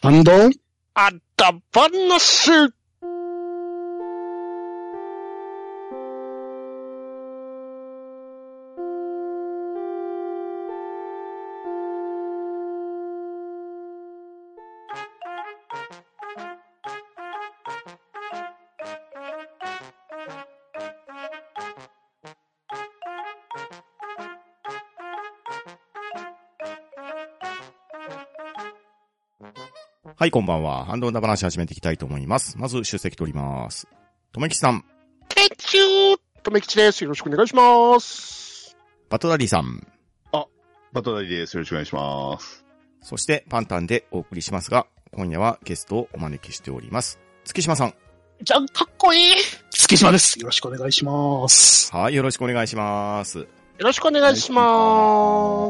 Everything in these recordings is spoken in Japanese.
感動あった話。 はい、こんばんは。ハンドンダ話始めていきたいと思います。まず、出席取ります。とめきちさん。 Thank you! とめきちです。よろしくお願いします。 バトダディさん。 バトダディです。よろしくお願いします。 そして、パンタンでお送りしますが、今夜はゲストをお招きしております。月島さん。 じゃん、かっこいい。 月島です。よろしくお願いします。 はい、よろしくお願いします。 よろしくお願いします。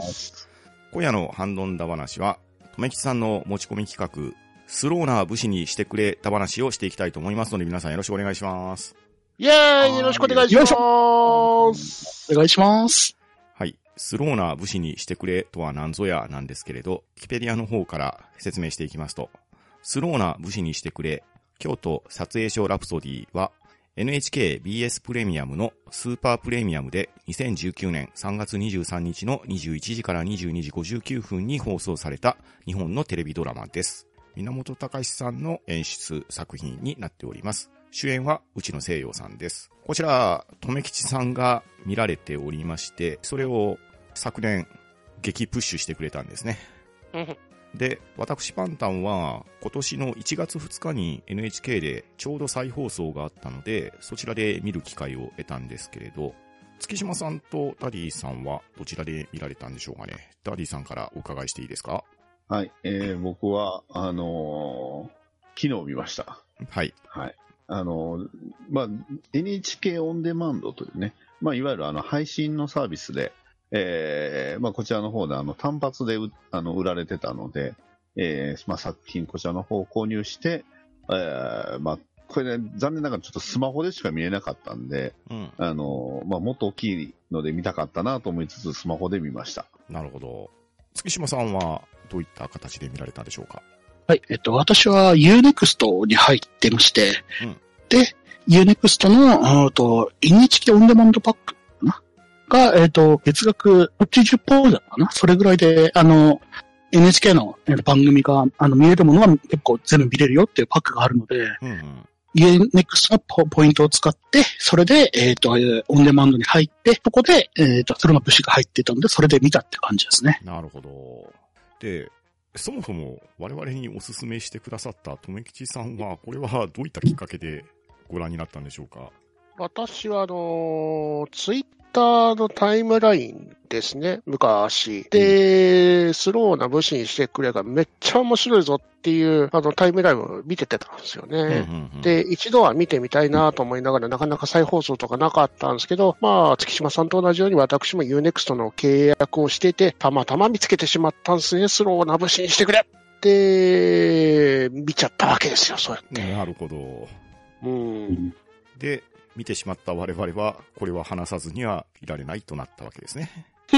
今夜のハンドンダ話は、とめきちさんの持ち込み企画、スローな武士にしてくれた話をしていきたいと思いますので、皆さんよろしくお願いします。 イェーイ、よろしくお願いします。 お願いします。 はい。スローな武士にしてくれとは何ぞやなんですけれど、ウィキペディアの方から説明していきますと、スローな武士にしてくれ、京都撮影所ラプソディは、NHKBS プレミアムのスーパープレミアムで2019年3月23日の21時から22時59分に放送された日本のテレビドラマです。源隆さんの演出作品になっております。主演は内野聖陽さんです。こちら、とめきちさんが見られておりまして、それを昨年激プッシュしてくれたんですね。で、私パンタンは今年の1月2日に NHK でちょうど再放送があったので、そちらで見る機会を得たんですけれど、月島さんとダディさんはどちらで見られたんでしょうかね。ダディさんからお伺いしていいですか？ はい、僕は、昨日見ました。 はい。 はい。NHK オンデマンドというね、いわゆる配信のサービスで、こちらの方で単発で売られてたので、作品こちらの方を購入して、これね、残念ながらちょっとスマホでしか見れなかったんで、もっと大きいので見たかったなと思いつつ、スマホで見ました。 なるほど。月島さんはどういった形で見られたでしょうか？ はい、私は Unext に入ってまして、で、Unext の、NHK オンデマンドパックが、月額80ポーだったかな、それぐらいで、NHK の番組が、見れるものは結構全部見れるよっていうパックがあるので、Unext のポイントを使って、それで、オンデマンドに入って、そこで、それの武士が入ってたので、それで見たって感じですね。 なるほど。で、そもそも我々におすすめしてくださったとめきちさんは、これはどういったきっかけでご覧になったんでしょうか？ 私はツイッターのタイムラインですね、昔。で、スローな武士にしてくれがめっちゃ面白いぞっていうタイムラインを見てたんですよね。で、一度は見てみたいなと思いながらなかなか再放送とかなかったんですけど、月島さんと同じように私も Unext の契約をしていて、たまたま見つけてしまったんですね、スローな武士にしてくれで、見ちゃったわけですよ、そうやって。 なるほど。で、見てしまった我々は、これは話さずにはいられないとなったわけですね。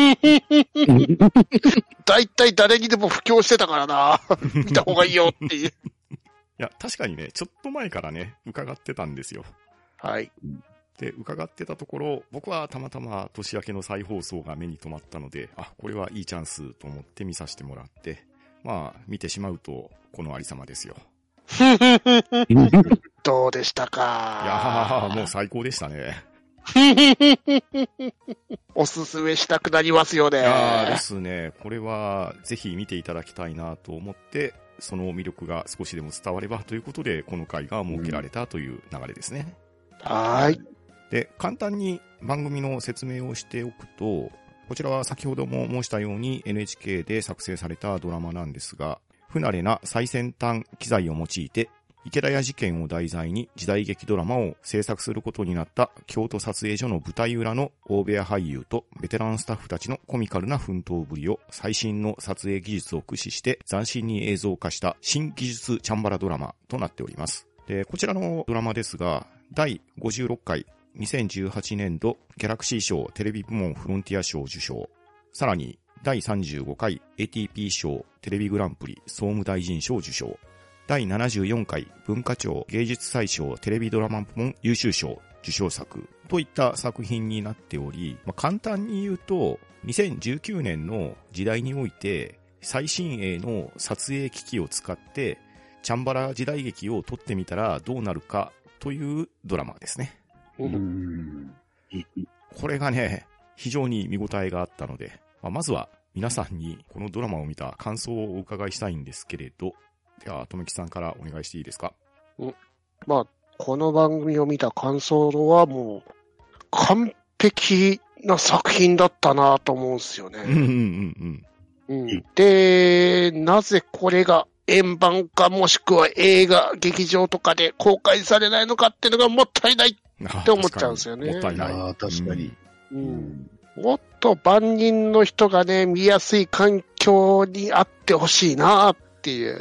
だいたい誰にでも布教してたからな。見た方がいいよっていう。いや、確かにね、ちょっと前からね、伺ってたんですよ。 はい。 で、伺ってたところ、僕はたまたま年明けの再放送が目に留まったので、これはいいチャンスと思って見させてもらって、見てしまうと、このありさまですよ。 どうでしたか？ いやー、もう最高でしたね。 おすすめしたくなりますよね。 いやーですね。これはぜひ見ていただきたいなと思って、その魅力が少しでも伝わればということで、この回が設けられたという流れですね。 はい。 で、簡単に番組の説明をしておくと、こちらは先ほども申したように NHK で作成されたドラマなんですが、不慣れな最先端機材を用いて、池田屋事件を題材に時代劇ドラマを制作することになった京都撮影所の舞台裏の大部屋俳優とベテランスタッフたちのコミカルな奮闘ぶりを最新の撮影技術を駆使して斬新に映像化した新技術チャンバラドラマとなっております。で、こちらのドラマですが、第56回2018年度ギャラクシー賞テレビ部門フロンティア賞受賞。さらに第35回 ATP 賞テレビグランプリ総務大臣賞受賞。第74回文化庁芸術祭賞テレビドラマ部門優秀賞受賞作といった作品になっており、簡単に言うと、2019年の時代において、最新鋭の撮影機器を使って、チャンバラ時代劇を撮ってみたらどうなるかというドラマですね。これがね、非常に見応えがあったので、まずは皆さんにこのドラマを見た感想をお伺いしたいんですけれど、では、とめきさんからお願いしていいですか？ この番組を見た感想はもう、完璧な作品だったなと思うんですよね。で、なぜこれが円盤かもしくは映画、劇場とかで公開されないのかっていうのがもったいないって思っちゃうんですよね。 もったいない。 確かに。 もっと万人の人がね、見やすい環境にあってほしいなっていう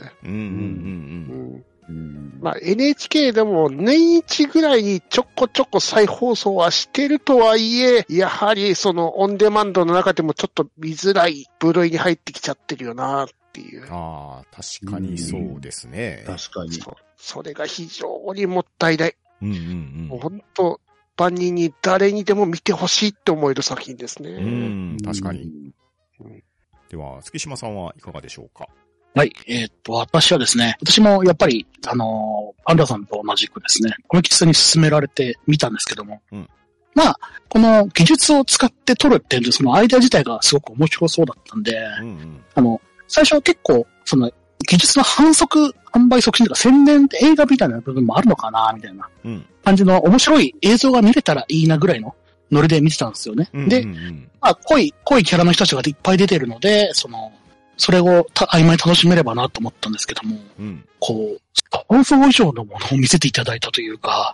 。NHK でも年一ぐらいにちょこちょこ再放送はしてるとはいえ、やはりそのオンデマンドの中でもちょっと見づらい部類に入ってきちゃってるよなっていう。 確かにそうですね。 確かに。 それが非常にもったいない。 もう本当、万人に誰にでも見てほしいって思える作品ですね。 確かに。では、月島さんはいかがでしょうか？ はい。私はですね、私もやっぱり、アンダーさんと同じくですね、この吉さんに勧められてみたんですけども、この技術を使って撮るっていう、そのアイデア自体がすごく面白そうだったんで、最初は結構、その、技術の販売促進とか宣伝って映画みたいな部分もあるのかな、みたいな感じの面白い映像が見れたらいいなぐらいのノリで見てたんですよね。で、濃いキャラの人たちがいっぱい出てるので、それを曖昧に楽しめればなと思ったんですけども、想像以上のものを見せていただいたというか、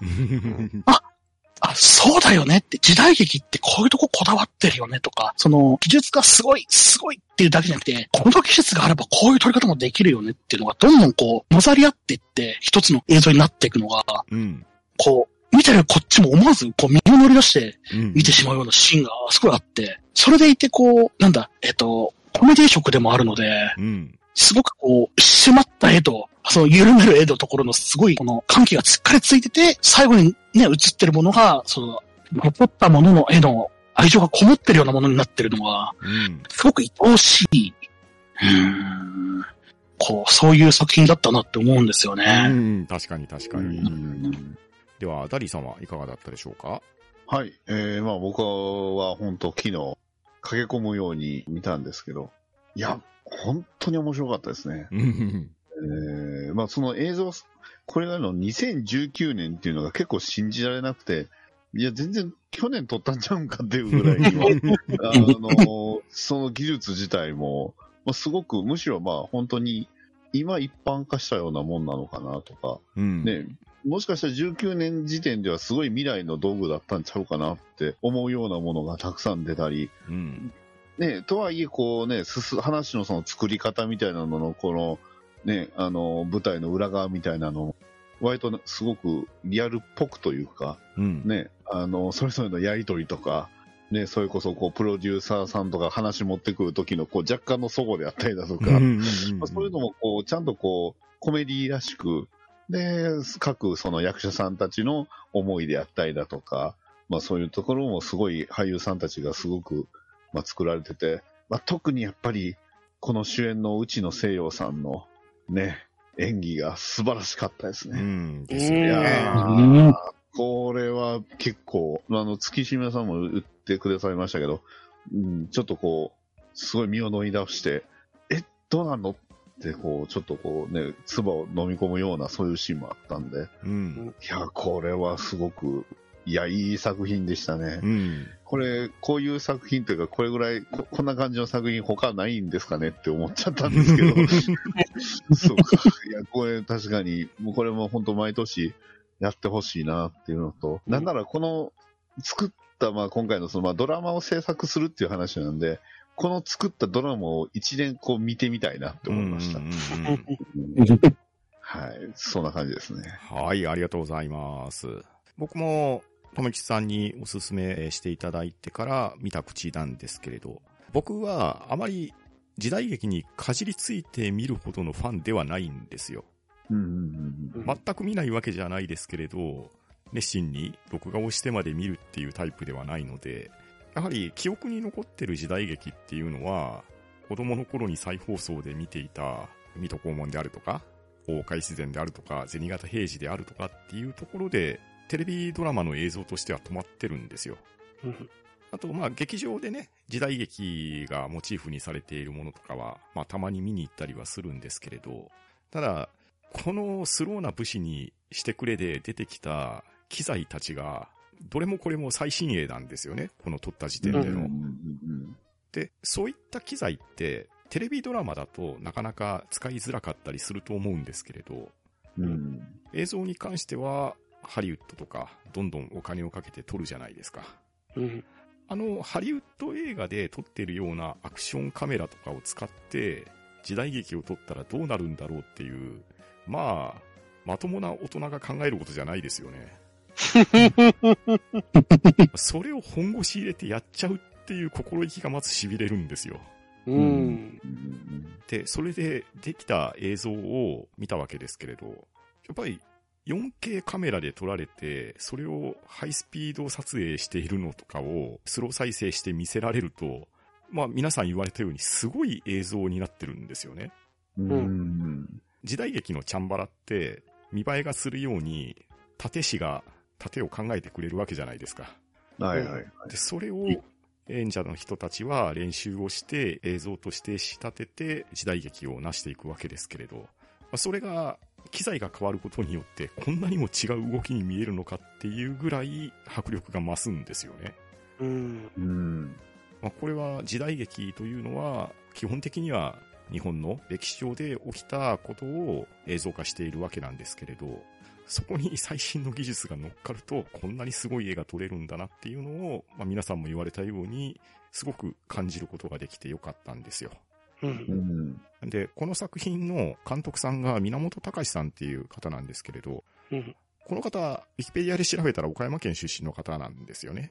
そうだよねって、時代劇ってこういうとここだわってるよねとか、その技術がすごいっていうだけじゃなくて、この技術があればこういう撮り方もできるよねっていうのがどんどん混ざり合っていって一つの映像になっていくのが、見てるこっちも思わず身を乗り出して見てしまうようなシーンがすごいあって、それでいてコメディ色でもあるので、すごく締まった絵と、その緩める絵のところのすごいこの緩急がしっかりついてて、最後にね、映ってるものが、残ったものの絵の愛情がこもってるようなものになってるのが、すごく愛おしい、そういう作品だったなって思うんですよね。 確かに。では、ダリーさんはいかがだったでしょうか？ はい。僕は本当昨日、駆け込むように見たんですけど、いや、本当に面白かったですね。その映像、これが2019年っていうのが結構信じられなくて、いや、全然去年撮ったんちゃうんかっていうぐらいには、その技術自体も、すごく、むしろ本当に今一般化したようなもんなのかなとか、ね、もしかしたら19年時点ではすごい未来の道具だったんちゃうかなって思うようなものがたくさん出たり、ね、とはいえ話のその作り方みたいなのの舞台の裏側みたいなの割とすごくリアルっぽくというか、ね、それぞれのやりとりとか、ね、それこそプロデューサーさんとか話持ってくる時の若干の齟齬であったりだとか、そういうのもちゃんとコメディらしく、で、各その役者さんたちの思いであったりだとか、そういうところもすごい俳優さんたちがすごく、作られてて、特にやっぱりこの主演の内野聖陽さんのね、演技が素晴らしかったですね。 ですね。 いやこれは結構、月島さんも言ってくださいましたけど、ちょっとすごい身を乗り出して、どうなんのってちょっと唾を飲み込むようなそういうシーンもあったんで、いや、これはすごく、いい作品でしたね。こういう作品というか、これぐらい、こんな感じの作品他ないんですかねって思っちゃったんですけど。そうか。いや、これ確かに、これも本当毎年やってほしいなっていうのと、なんならこの作った、今回のドラマを制作するっていう話なんで、この作ったドラマを一連見てみたいなって思いました。はい、そんな感じですね。 はい、ありがとうございます。僕も、とめきさんにおすすめしていただいてから見た口なんですけれど、 僕はあまり時代劇にかじりついて見るほどのファンではないんですよ。全く見ないわけじゃないですけれど、熱心に録画をしてまで見るっていうタイプではないので、やはり記憶に残ってる時代劇っていうのは、子供の頃に再放送で見ていた水戸黄門であるとか、大岡越前であるとか、銭形平次であるとかっていうところで、テレビドラマの映像としては止まってるんですよ。あと、劇場でね、時代劇がモチーフにされているものとかは、たまに見に行ったりはするんですけれど、ただ、このスローな武士にしてくれで出てきた機材たちが、どれもこれも最新鋭なんですよね、この撮った時点での。で、そういった機材って、テレビドラマだとなかなか使いづらかったりすると思うんですけれど、映像に関しては、ハリウッドとか、どんどんお金をかけて撮るじゃないですか。ハリウッド映画で撮っているようなアクションカメラとかを使って、時代劇を撮ったらどうなるんだろうっていう、まともな大人が考えることじゃないですよね。それを本腰入れてやっちゃうっていう心意気がまず痺れるんですよ。で、それでできた映像を見たわけですけれど、やっぱり 4K カメラで撮られて、それをハイスピード撮影しているのとかをスロー再生して見せられると、皆さん言われたようにすごい映像になってるんですよね。時代劇のチャンバラって見栄えがするように殺陣師が殺陣を考えてくれるわけじゃないですか。で、それを演者の人たちは練習をして映像として仕立てて時代劇を成していくわけですけれど、それが機材が変わることによってこんなにも違う動きに見えるのかっていうぐらい迫力が増すんですよね。これは時代劇というのは基本的には日本の歴史上で起きたことを映像化しているわけなんですけれど、そこに最新の技術が乗っかるとこんなにすごい絵が撮れるんだなっていうのを、皆さんも言われたようにすごく感じることができてよかったんですよ。で、この作品の監督さんが源隆さんっていう方なんですけれど、この方、ウィキペディアで調べたら岡山県出身の方なんですよね。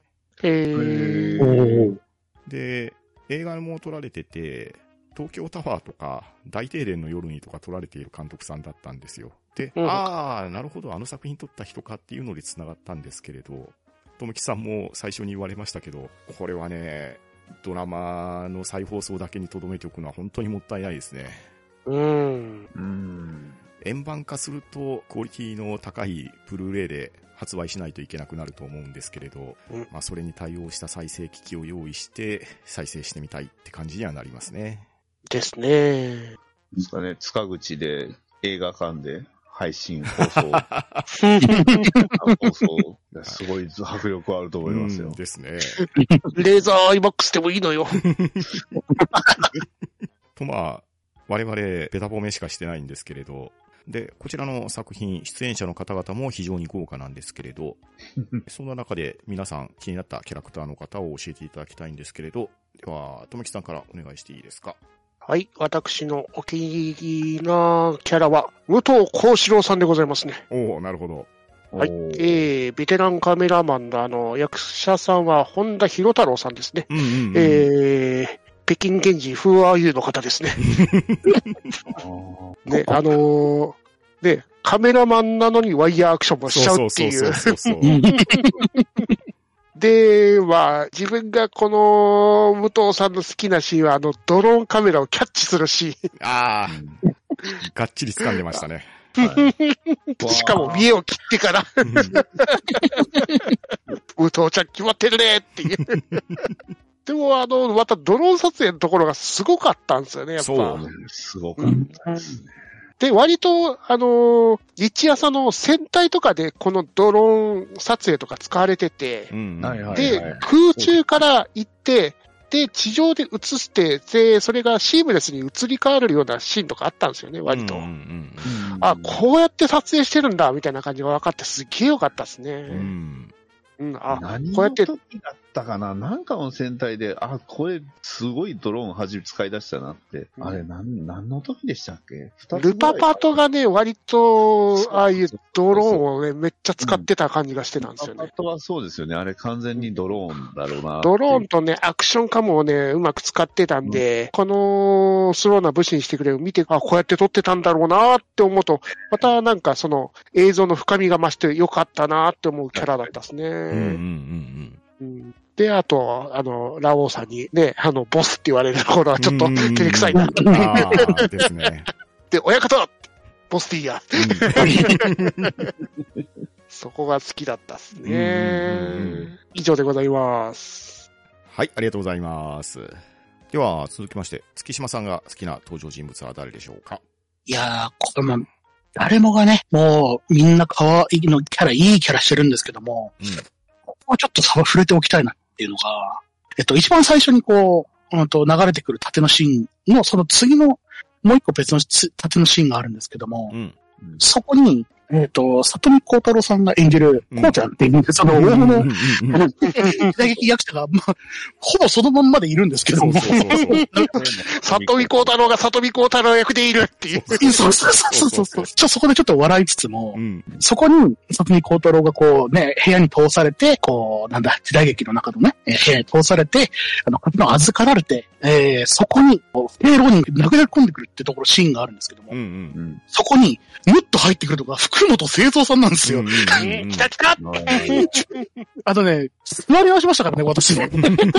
で、映画も撮られてて、東京タワーとか大停電の夜にとか撮られている監督さんだったんですよ。で、なるほど、あの作品撮った人かっていうので繋がったんですけれど、富木さんも最初に言われましたけど、これはね、ドラマの再放送だけに留めておくのは本当にもったいないですね。円盤化するとクオリティの高いブルーレイで発売しないといけなくなると思うんですけれど、それに対応した再生機器を用意して再生してみたいって感じにはなりますね。 ですね。 ですかね、塚口で映画館で配信放送すごい迫力あると思いますよ。 ですね。 レーザー IMAX でもいいのよ。 と我々ベタ褒めしかしてないんですけれど、で、こちらの作品、出演者の方々も非常に豪華なんですけれど、そんな中で皆さん気になったキャラクターの方を教えていただきたいんですけれど、では、ともきさんからお願いしていいですか。 はい、私のお気に入りなキャラは、武藤幸四郎さんでございますね。 なるほど。 はい、ベテランカメラマンの役者さんは本田博太郎さんですね。北京現地風和優の方ですね。ね、で、カメラマンなのにワイヤーアクションもしちゃうっていう。で、自分がこの武藤さんの好きなシーンは、ドローンカメラをキャッチするシーン。 がっちり掴んでましたね。 しかも見栄を切ってから。武藤ちゃん決まってるねっていう。でも、またドローン撮影のところがすごかったんですよね、やっぱ。 そう、すごかったですね。 で、割と、日朝の戦隊とかでこのドローン撮影とか使われてて、で、空中から行って、で、地上で映して、で、それがシームレスに移り変わるようなシーンとかあったんですよね、割と。こうやって撮影してるんだ、みたいな感じが分かって、すげえよかったですね。 何の時だっったかな、なんかの戦隊で、あ、これ、すごいドローン使い出したなって。あれ、何の時でしたっけ？ ルパパトがね、割と、ああいうドローンをね、めっちゃ使ってた感じがしてたんですよね。 ルパパトはそうですよね。あれ完全にドローンだろうな。 ドローンとね、アクションカムをね、うまく使ってたんで、このスローな武士にしてくれを見て、あ、こうやって撮ってたんだろうなって思うと、またなんかその映像の深みが増してよかったなって思うキャラだったですね。で、あと、ラオウさんにね、ボスって言われるところはちょっと照れくさいな。 ですね。 で、親方ボスティーや。そこが好きだったっすね。以上でございます。 はい、ありがとうございます。では、続きまして、月島さんが好きな登場人物は誰でしょうか？ いやー、これも、誰もがね、もう、みんな可愛いのキャラ、いいキャラしてるんですけども、ここはちょっと触れておきたいなっていうのが、一番最初にこう、流れてくる縦のシーンの、その次の、もう一個別の縦のシーンがあるんですけども、そこに、里見光太郎さんが演じる、こうちゃんっていう、その、大物、打撃役者が、まあ、ほぼそのまんまでいるんですけども。 里見光太郎が里見光太郎役でいるっていう。 そう。そこでちょっと笑いつつも、そこに、里見光太郎がこうね、部屋に通されて、こう、時代劇の中のね、部屋に通されて、こっちの預かられて、そこに、迷路に殴り込んでくるってところシーンがあるんですけども、そこに、むっと入ってくるのが福本清三さんなんですよ。 来た座り直しましたからね、私ね。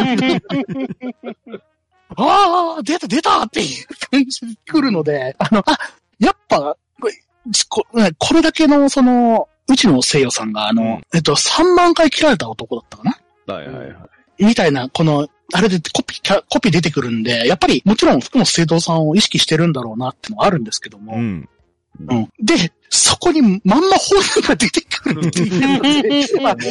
ああ、出たっていう感じで来るので、やっぱ、これだけの、内野聖代さんが、3万回切られた男だったかな？みたいな、あれでコピー出てくるんで、やっぱりもちろん福本清三さんを意識してるんだろうなってのはあるんですけども、で、そこにまんま本人が出てくるっていうので、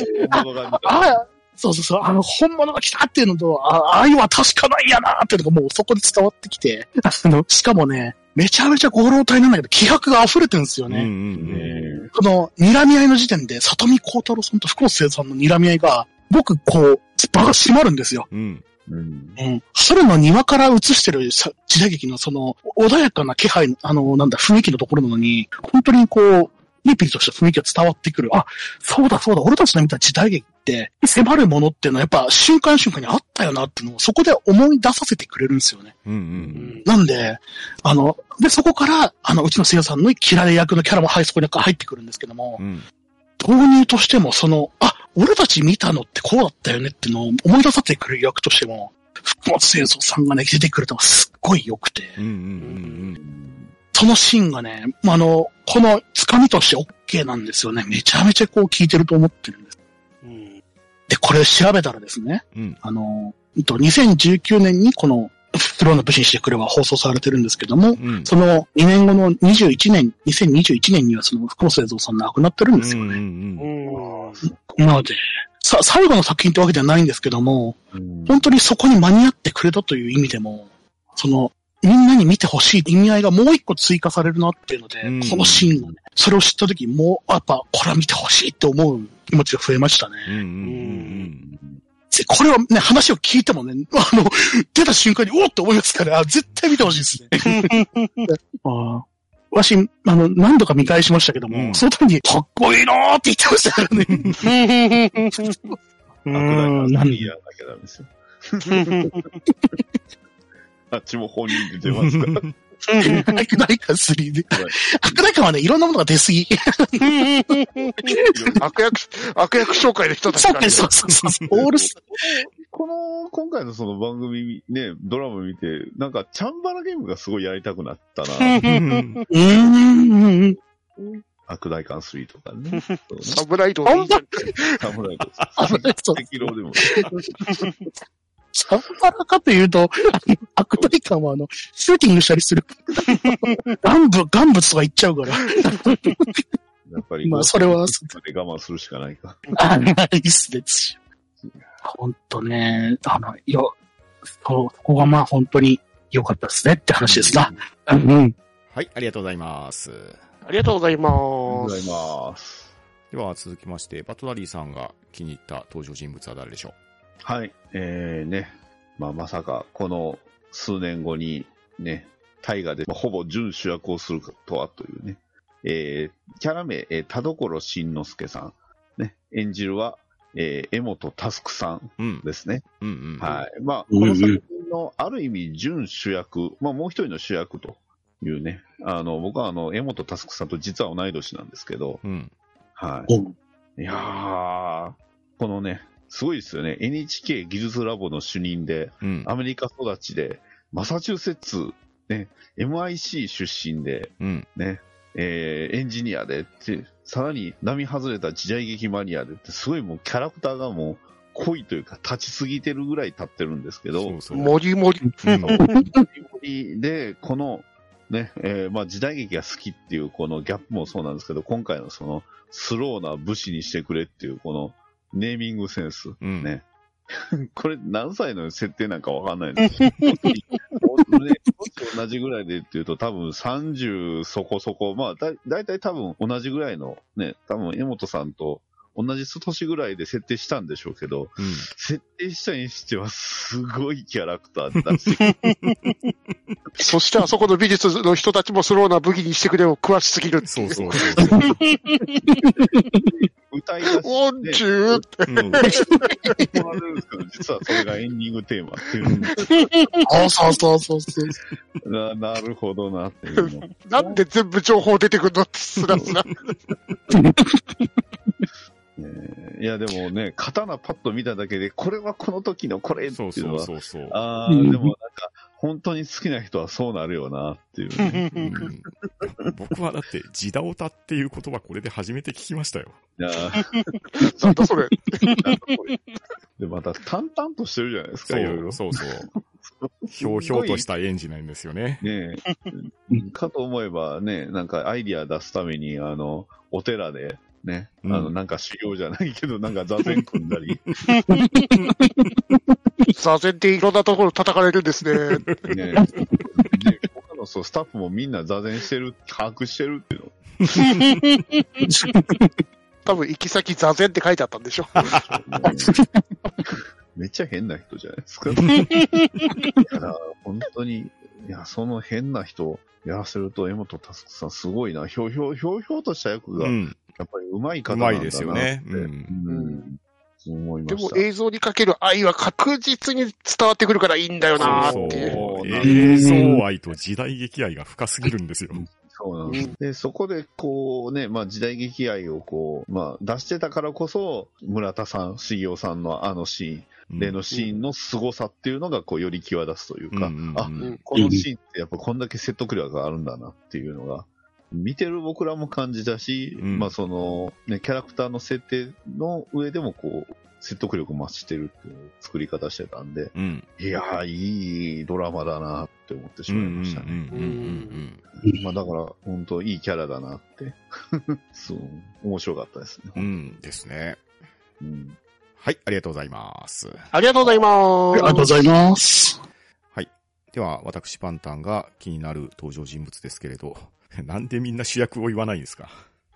そう、本物が来たっていうのと、愛は確かないやなっていうのがもうそこで伝わってきて、しかもね、めちゃめちゃ豪労体なんだけど、気迫が溢れてるんですよね。この、睨み合いの時点で、里見光太郎さんと福本清三さんの睨み合いが、僕、こう、場が閉まるんですよ。春の庭から映してる時代劇の穏やかな気配、雰囲気のところなのに、本当にこう、ピリピリとした雰囲気が伝わってくる。あ、そうだ、俺たちの見た時代劇って、迫るものっていうのはやっぱ瞬間瞬間にあったよなっていうのをそこで思い出させてくれるんですよね。なんで、で、そこから、内野聖代さんのキラレ役のキャラもそこに入ってくるんですけども、導入としても俺たち見たのってこうだったよねっていうのを思い出させてくれる役としても、福本清三さんがね、出てくるのがすっごい良くて。そのシーンがね、この掴みとして OK なんですよね。めちゃめちゃこう聞いてると思ってるんです。で、これを調べたらですね、2019年にこの、スローな武士にしてくれは放送されてるんですけども、その2年後の2021年にはその福本清三さん亡くなってるんですよね。なので、最後の作品ってわけではないんですけども、本当にそこに間に合ってくれたという意味でも、みんなに見てほしい意味合いがもう一個追加されるなっていうので、このシーンがね、それを知った時にもう、やっぱ、これは見てほしいって思う気持ちが増えましたね。これはね、話を聞いてもね、出た瞬間におーって思いますから、絶対見てほしいですね。わし、何度か見返しましたけども、その時に、かっこいいなーって言ってましたからね。 なんで嫌だけなんですよ。あっちも本人で出ますから。 悪大感3で。悪大感はね、いろんなものが出すぎ。 悪役紹介の人たちが、ね。 そう。オールス。 今回のその番組ね、ドラマ見て、なんか、チャンバラゲームがすごいやりたくなったな。悪大感3とかね。 サブライドでいいじゃん。 サブライド。赤狼でも。 チャンバラかというと、悪大感はシューティングしたりする。ガンブツとか言っちゃうから。やっぱり、 まあ、それは。 我慢するしかないか。 いいっすね。ほんとね、そこがまあ本当に良かったですねって話ですな。 はい、ありがとうございます。 ありがとうございます。 では続きまして、バトダリーさんが気に入った登場人物は誰でしょう？ はい。まさか、この数年後にね、大河でほぼ準主役をするとはというね。キャラ名、田所慎之介さん。ね、演じるは、江本佑さんですね。はい。この作品のある意味準主役、もう一人の主役というね。僕は江本佑さんと実は同い年なんですけど、はい。いやー、このね、すごいですよね。NHK 技術ラボの主任で、アメリカ育ちで、マサチューセッツ、ね、MIC 出身で、ね、エンジニアでって、さらに並外れた時代劇マニアでって、すごいもうキャラクターがもう濃いというか、立ちすぎてるぐらい立ってるんですけど、 もりもり。 で、この、ね、時代劇が好きっていうこのギャップもそうなんですけど、今回のそのスローな武士にしてくれっていうこのネーミングセンス、ね。これ何歳の設定なんかわかんないんですよ。同じぐらいでっていうと多分30そこそこ、だいたい多分同じぐらいのね、多分江本さんと同じ年ぐらいで設定したんでしょうけど、設定したにしてはすごいキャラクターだし。 そしてあそこの美術の人たちもスローな武器にしてくれを詳しすぎるっていう。そう。 歌い出して。 オンチューって。 実はそれがエンディングテーマっていう。 そう。 なるほどなっていうの。 なんで全部情報出てくるのってスラスラ。 いやでもね、刀パッと見ただけで、これはこの時のこれっていうのは、でもなんか、本当に好きな人はそうなるよなっていうね。 僕はだって、ジダオタっていう言葉これで初めて聞きましたよ。 なんだそれ。 で、また淡々としてるじゃないですか、いろいろ。 そう。ひょうひょうとした演じなんですよね。 かと思えばね、なんかアイディア出すために、お寺で、ね、なんか修行じゃないけど、なんか座禅組んだり。 座禅っていろんなところ叩かれるんですね。 他のスタッフもみんな座禅してる、把握してるっていうの。 多分行き先座禅って書いてあったんでしょ。 めっちゃ変な人じゃないですか。だから本当に、いや、その変な人やらせると、江本佑さんすごいな。ひょうひょうとした役が、やっぱり上手い方なんだなって。 上手いですよね。 そう思いました。 でも映像にかける愛は確実に伝わってくるからいいんだよなーっていう。 映像愛と時代劇愛が深すぎるんですよ。 そうなんです。で、そこでこうね、時代劇愛をこう、出してたからこそ、村田さん、茂雄さんのあのシーン、例のシーンの凄さっていうのがこうより際立つというか、このシーンってやっぱこんだけ説得力があるんだなっていうのが、見てる僕らも感じたし、その、ね、キャラクターの設定の上でもこう、説得力増してるっていう作り方してたんで、いやー、いいドラマだなって思ってしまいましたね。だから、本当いいキャラだなって。そう、面白かったですね。 ですね。はい、ありがとうございます。 ありがとうございます。 ありがとうございます。 はい。では、私パンタンが気になる登場人物ですけれど、なんでみんな主役を言わないんですか？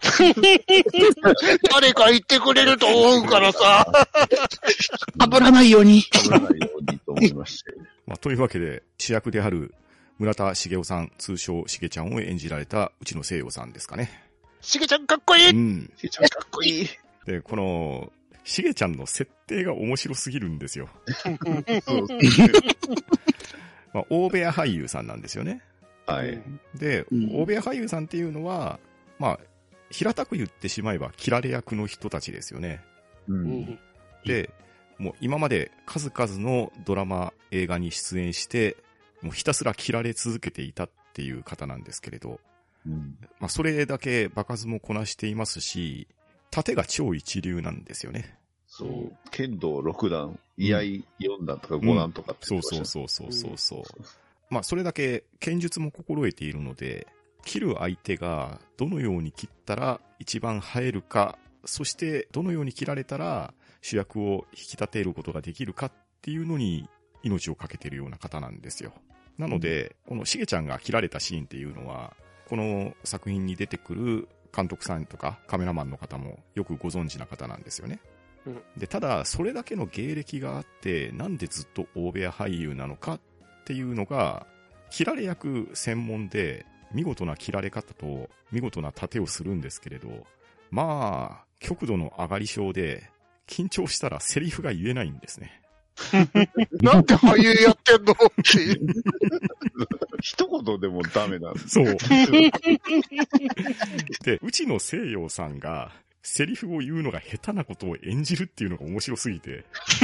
誰か言ってくれると思うからさ。 被らないように。 被らないようにと思いまして。 というわけで、主役である村田茂雄さん、通称しげちゃんを演じられた内野聖陽さんですかね。 しげちゃんかっこいい。 しげちゃんかっこいい。 で、この、しげちゃんの設定が面白すぎるんですよ。大部屋俳優さんなんですよね。 はい。 で、大部屋俳優さんっていうのは、平たく言ってしまえば、切られ役の人たちですよね。で、もう今まで数々のドラマ、映画に出演して、もうひたすら切られ続けていたっていう方なんですけれど、それだけ場数もこなしていますし、盾が超一流なんですよね。 そう。剣道6段、居合4段とか5段とかってそう。それだけ剣術も心得ているので、切る相手がどのように切ったら一番映えるか、そしてどのように切られたら主役を引き立てることができるかっていうのに命をかけているような方なんですよ。なので、このしげちゃんが切られたシーンっていうのは、この作品に出てくる監督さんとかカメラマンの方もよくご存知な方なんですよね。 で、ただ、それだけの芸歴があって、なんでずっと大部屋俳優なのかっていうのが、切られ役専門で、見事な切られ方と見事な盾をするんですけれど、まあ、極度の上がり症で、緊張したらセリフが言えないんですね。 なんで俳優やってんのっていう。 一言でもダメなんです。 そう。で、内野聖陽さんが、セリフを言うのが下手なことを演じるっていうのが面白すぎて。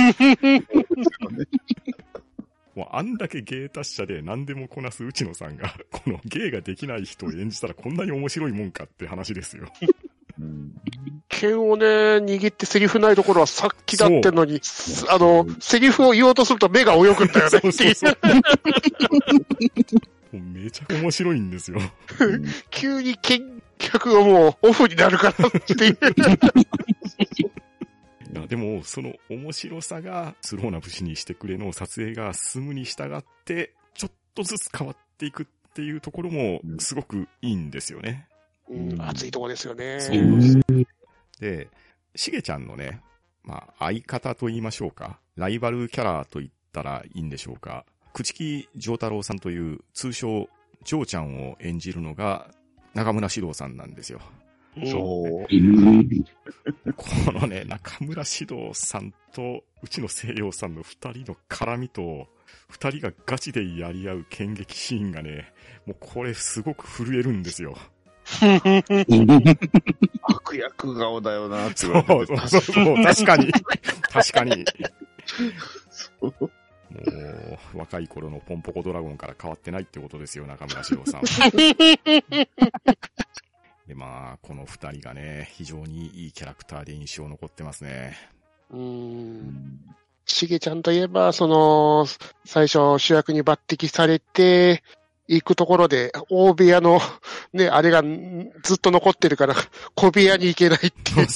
もうあんだけ芸達者で何でもこなす内野さんが、この芸ができない人を演じたらこんなに面白いもんかって話ですよ。 剣をね、握ってセリフないところはさっきだってのに、セリフを言おうとすると目が泳ぐんだよねっていう。 もうめちゃくちゃ面白いんですよ。 急に見客がもうオフになるからっていう。 いやでも、その面白さがスローな武士にしてくれの撮影が進むに従って、ちょっとずつ変わっていくっていうところもすごくいいんですよね。 熱いとこですよね。 で、しげちゃんのね、まあ、相方と言いましょうか、ライバルキャラと言ったらいいんでしょうか、朽木丈太郎さんという通称、ジョーちゃんを演じるのが中村獅童さんなんですよ。 そう。 このね、中村獅童さんと内野聖陽さんの二人の絡みと、二人がガチでやり合う剣撃シーンがね、もうこれすごく震えるんですよ。 悪役顔だよなってそ言われて。 う、確かに。確かに。もう、若い頃のポンポコドラゴンから変わってないってことですよ、中村獅童さんは。で、まあ、この二人がね、非常にいいキャラクターで印象残ってますね。 しげちゃんといえば、最初主役に抜擢されて、行くところで、大部屋の、ね、あれがずっと残ってるから、小部屋に行けないっていう。 そう。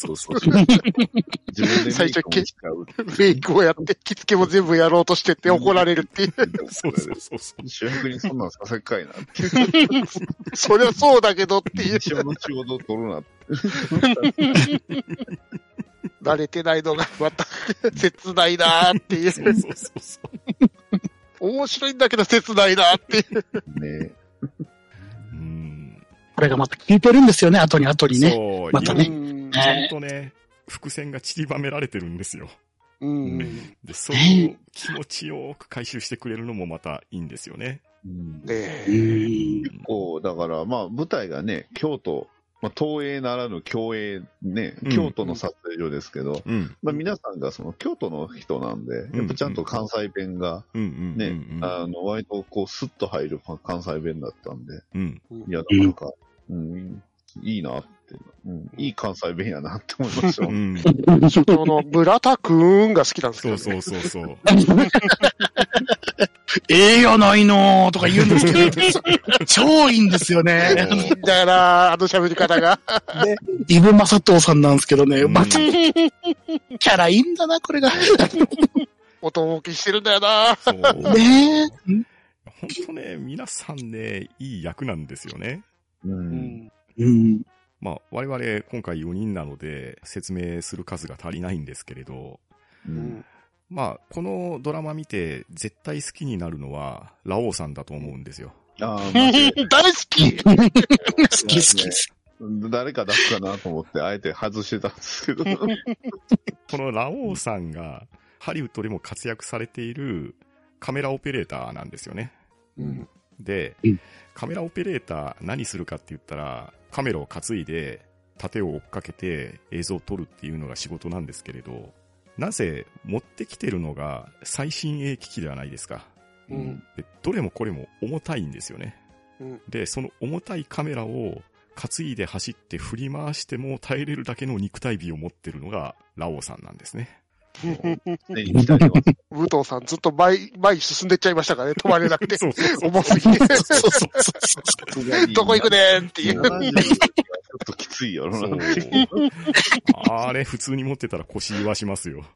最初、メイクをやって、着付けも全部やろうとしてって怒られるっていう。 そう。 主役にそんなんさせっかいなって。 そりゃそうだけどっていう。 一緒の仕事を取るなって。 慣れてないのがまた切ないなーっていう。 そう。 面白いんだけど切ないなーっていう。 ねこれがまた効いてるんですよね、後にね。 そう。 またね。 ちゃんとね、伏線が散りばめられてるんですよ。で、それを気持ちよく回収してくれるのもまたいいんですよね。 こう、だから、まあ、舞台がね、京都、まあ、東映ならぬ京映ね、京都の撮影所ですけど、まあ、皆さんがその京都の人なんで、やっぱちゃんと関西弁が、ね、割とこう、スッと入る関西弁だったんで、いや、なんか、いいなって、いい関西弁やなって思いました。 所長の村田くんが好きなんですけど、 ね。そう。 ええやないのーとか言うんですけど、超いいんですよね。 いいんだよな、あの喋り方が。 で、イブマサトウさんなんですけどね、また、キャラいいんだな、これが。 音動きしてるんだよな。 ねえ。 本当ね、皆さんね、いい役なんですよね。まあ、我々今回4人なので説明する数が足りないんですけれど、まあ、このドラマ見て絶対好きになるのはラオウさんだと思うんですよ。 大好き好き。 誰か出すかなと思ってあえて外してたんですけど。 このラオウさんがハリウッドでも活躍されているカメラオペレーターなんですよね。で、カメラオペレーター何するかって言ったら、カメラを担いで盾を追っかけて映像を撮るっていうのが仕事なんですけれど、なぜ持ってきてるのが最新鋭機器ではないですか。でどれもこれも重たいんですよね。で、その重たいカメラを担いで走って振り回しても耐えれるだけの肉体美を持ってるのがラオウさんなんですね。 武藤さんずっと前に進んでっちゃいましたからね、止まれなくて。重すぎて。どこ行くねんっていう。ちょっときついよな。 あれ、普通に持ってたら腰言わしますよ。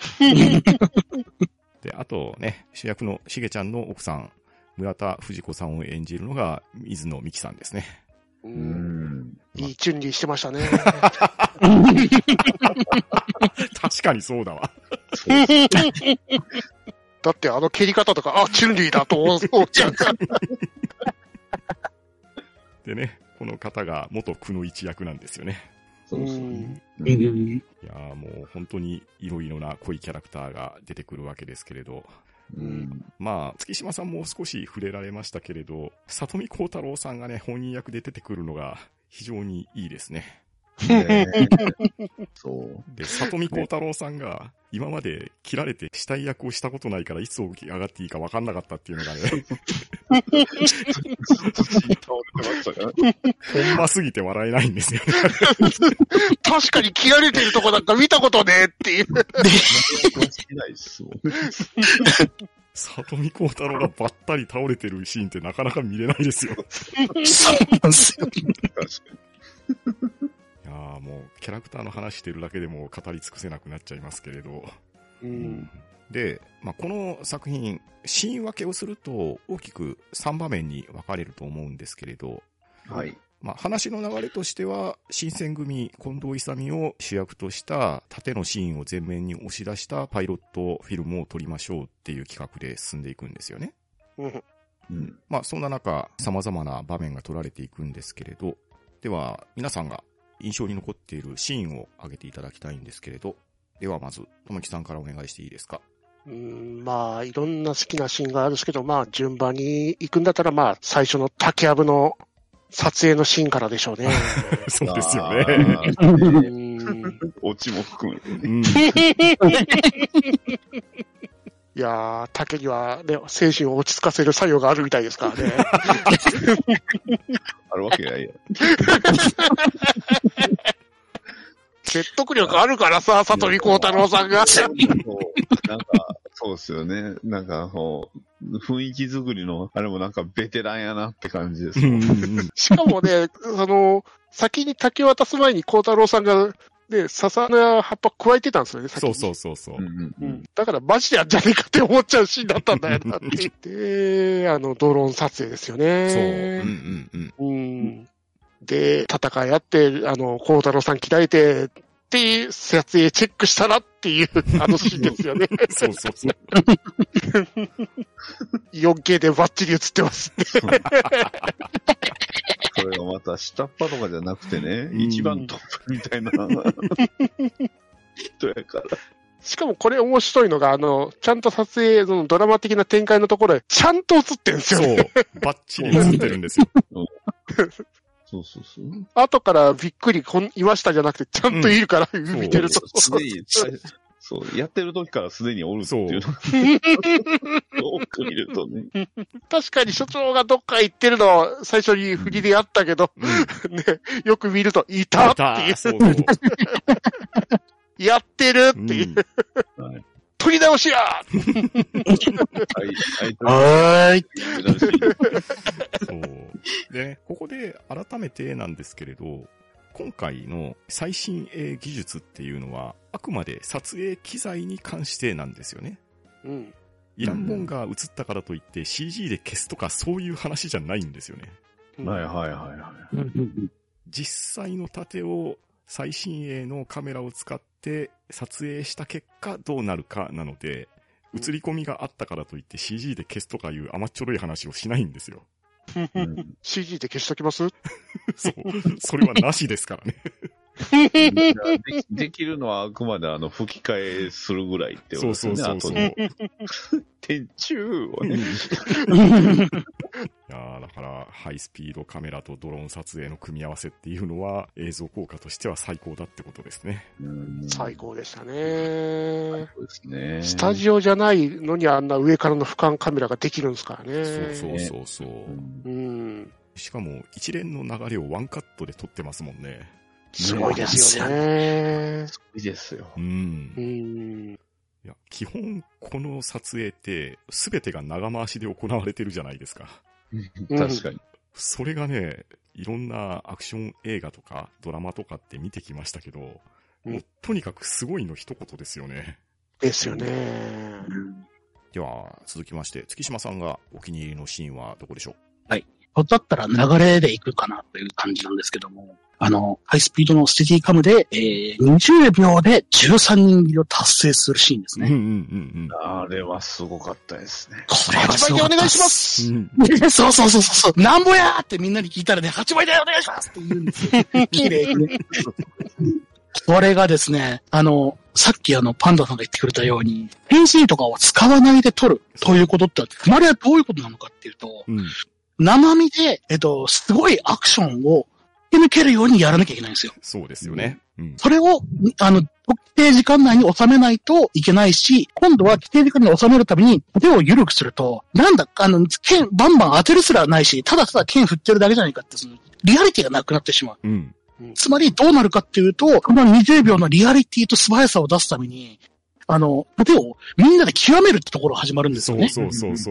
で、あとね、主役のしげちゃんの奥さん、村田藤子さんを演じるのが水野美紀さんですね。 いいチュンリーしてましたね。 確かにそうだわ。 そうだって蹴り方とか、チュンリーだと思っちゃう。 でね、この方が元くの一役なんですよね。 そうそう。 うんいやーもう本当にいろいろな濃いキャラクターが出てくるわけですけれど、まあ、月島さんも少し触れられましたけれど、里見光太郎さんがね、本人役で出てくるのが非常にいいですね。 ねそう。 で、里見光太郎さんが今まで切られて死体役をしたことないからいつ起き上がっていいか分かんなかったっていうのがね、ほんますぎて笑えないんですよね。 確かに切られてるとこなんか見たことねえっていう。 里見光太郎がばったり倒れてるシーンってなかなか見れないですよ。 そうなんですよ。 いやーもうキャラクターの話してるだけでも語り尽くせなくなっちゃいますけれど。で、まあ、この作品、シーン分けをすると大きく3場面に分かれると思うんですけれど、 はい。 まあ、話の流れとしては、新選組近藤勇を主役とした縦のシーンを前面に押し出したパイロットフィルムを撮りましょうっていう企画で進んでいくんですよね。まあ、そんな中、様々な場面が撮られていくんですけれど、では、皆さんが印象に残っているシーンを挙げていただきたいんですけれど、ではまず、ともきさんからお願いしていいですか。 まあ、いろんな好きなシーンがあるんですけど、まあ、順番に行くんだったら、まあ、最初の竹やぶの撮影のシーンからでしょうね。 そうですよね。 オチも含めてね。 いやー、竹にはね、精神を落ち着かせる作用があるみたいですからね。 あるわけないや。 説得力あるからさ、里見光太郎さんが。 なんか、そうですよね。なんか、雰囲気作りの、あれもなんかベテランやなって感じです。 しかもね、先に竹渡す前に光太郎さんが、で、笹の葉っぱ加えてたんですよね、先に。 そう。 だからマジでやんじゃねえかって思っちゃうシーンだったんだよなって言って、ドローン撮影ですよね。で、戦いあって、光太郎さん切られて、で、撮影チェックしたらっていう、シーンですよね。 そう。 4K でバッチリ映ってますね。 それがまた下っ端とかじゃなくてね、一番トップみたいな人やから。 しかもこれ面白いのが、ちゃんと撮影、ドラマ的な展開のところで、ちゃんと映ってるんですよね。 そう。バッチリ映ってるんですよ。 そう。 後からびっくり、いましたじゃなくて、ちゃんといるから、見てると。 そう、やってる時からすでにおるっていうのが、多く見るとね。 確かに所長がどっか行ってるのは最初に振りであったけど、ね、よく見ると、いたっていう。 そう。 やってるっていう。取り直しやはい。 そう。でね、ここで改めてなんですけれど、今回の最新鋭技術っていうのは、あくまで撮影機材に関してなんですよね。いらんもんが映ったからといって CG で消すとかそういう話じゃないんですよね。実際の盾を最新鋭のカメラを使って撮影した結果どうなるかなので、映り込みがあったからといって CG で消すとかいう甘っちょろい話をしないんですよ。 CG で消しときますそう。それはなしですからね。 できるのはあくまで吹き替えするぐらいってことですね。 そう。 天中をね。 いやだからハイスピードカメラとドローン撮影の組み合わせっていうのは映像効果としては最高だってことですね。 最高でしたね。 最高ですね。 スタジオじゃないのにあんな上からの俯瞰カメラができるんですからね。 そう。しかも一連の流れをワンカットで撮ってますもんね。 すごいですよね。 すごいですよ。 いや、基本この撮影って全てが長回しで行われてるじゃないですか。 確かに。 それがね、いろんなアクション映画とかドラマとかって見てきましたけど、もうとにかくすごいの一言ですよね。 ですよね。 では続きまして月島さんがお気に入りのシーンはどこでしょう。 はい。だったら流れでいくかなという感じなんですけども、 ハイスピードのステディカムで、20秒で13人切りを達成するシーンですね。 あれはすごかったですね。 これはすごかった。 8倍でお願いします。 そう。なんぼやーってみんなに聞いたらね、8倍でお願いしますって言うんですよ。綺麗にね。これがですね、さっきパンダさんが言ってくれたように、PC とかを使わないで撮るということって、つまりはどういうことなのかっていうと、生身で、すごいアクションを抜けるようにやらなきゃいけないんですよ。 そうですよね。 それを、特定時間内に収めないといけないし、今度は規定時間に収めるために手を緩くすると、剣バンバン当てるすらないし、ただただ剣振ってるだけじゃないかって、リアリティがなくなってしまう。つまりどうなるかっていうと、この20秒のリアリティと素早さを出すために、手をみんなで極めるってところが始まるんですよね。 そう。